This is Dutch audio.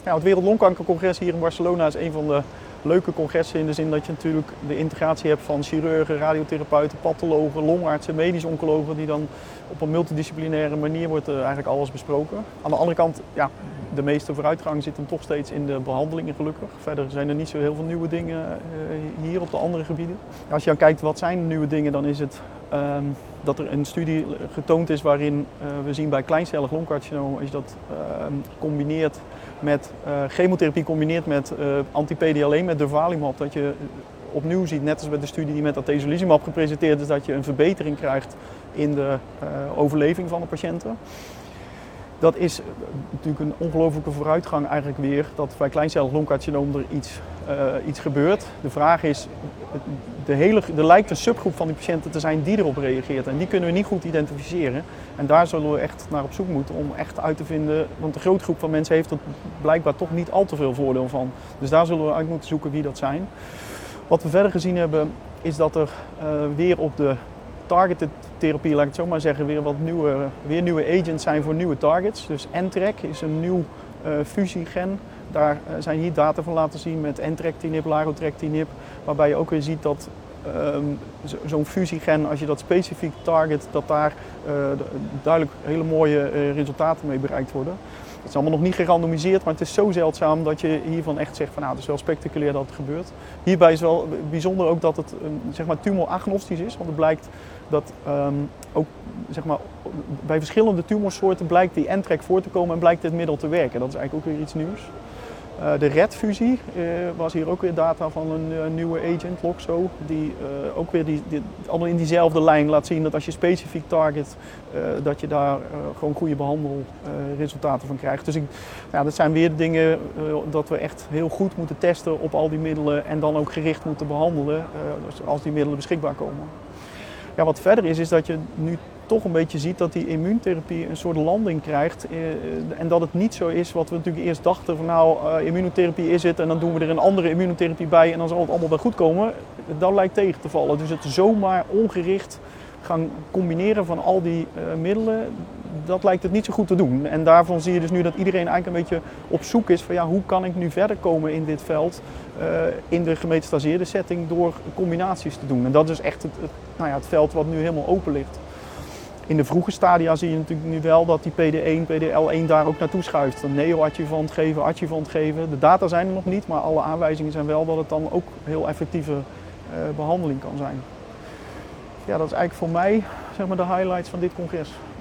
Ja, het Wereldlongkankercongres hier in Barcelona is een van de leuke congressen in de zin dat je natuurlijk de integratie hebt van chirurgen, radiotherapeuten, pathologen, longartsen, medisch oncologen die dan op een multidisciplinaire manier wordt eigenlijk alles besproken. Aan de andere kant, ja, de meeste vooruitgang zit hem toch steeds in de behandelingen gelukkig. Verder zijn er niet zo heel veel nieuwe dingen hier op de andere gebieden. Als je dan kijkt wat zijn nieuwe dingen, dan is het dat er een studie getoond is waarin we zien bij kleincellig longcarcinoom, als je dat combineert met chemotherapie combineert met anti-PD-L1 met durvalumab, dat je opnieuw ziet, net als bij de studie die met atezolizumab gepresenteerd is, dat je een verbetering krijgt in de overleving van de patiënten. Dat is natuurlijk een ongelofelijke vooruitgang eigenlijk weer, dat bij kleincellig longcarcinoom er iets gebeurt. De vraag is, er lijkt een subgroep van die patiënten te zijn die erop reageert en die kunnen we niet goed identificeren. En daar zullen we echt naar op zoek moeten om echt uit te vinden, want de grote groep van mensen heeft er blijkbaar toch niet al te veel voordeel van. Dus daar zullen we uit moeten zoeken wie dat zijn. Wat we verder gezien hebben is dat er weer op de targeted therapie, laat ik het zo maar zeggen, weer nieuwe agents zijn voor nieuwe targets. Dus NTRK is een nieuw fusiegen. Daar zijn hier data van laten zien met entrectinib, larotrectinib, waarbij je ook weer ziet dat zo'n fusiegen, als je dat specifiek target, dat daar duidelijk hele mooie resultaten mee bereikt worden. Het is allemaal nog niet gerandomiseerd, maar het is zo zeldzaam dat je hiervan echt zegt van nou, het is wel spectaculair dat het gebeurt. Hierbij is wel bijzonder ook dat het zeg maar tumoragnostisch is, want het blijkt dat ook zeg maar, bij verschillende tumorsoorten blijkt die NTRK voor te komen en blijkt dit middel te werken. Dat is eigenlijk ook weer iets nieuws. De RET-fusie was hier ook weer data van een nieuwe agent, Loxo, die ook weer allemaal in diezelfde lijn laat zien dat als je specifiek target, dat je daar gewoon goede behandelresultaten van krijgt. Dus dat zijn weer dingen dat we echt heel goed moeten testen op al die middelen en dan ook gericht moeten behandelen als die middelen beschikbaar komen. Ja, wat verder is dat je nu toch een beetje ziet dat die immuuntherapie een soort landing krijgt en dat het niet zo is wat we natuurlijk eerst dachten van nou, immunotherapie is het en dan doen we er een andere immunotherapie bij en dan zal het allemaal wel goed komen. Dat lijkt tegen te vallen. Dus het zomaar ongericht gaan combineren van al die middelen, dat lijkt het niet zo goed te doen. En daarvan zie je dus nu dat iedereen eigenlijk een beetje op zoek is van ja, hoe kan ik nu verder komen in dit veld, in de gemetastaseerde setting door combinaties te doen. En dat is echt het veld wat nu helemaal open ligt. In de vroege stadia zie je natuurlijk nu wel dat die PD-1, PD-L1 daar ook naartoe schuift. Een neo-adjuvant geven, adjuvant geven. De data zijn er nog niet, maar alle aanwijzingen zijn wel dat het dan ook heel effectieve behandeling kan zijn. Ja, dat is eigenlijk voor mij zeg maar, de highlights van dit congres.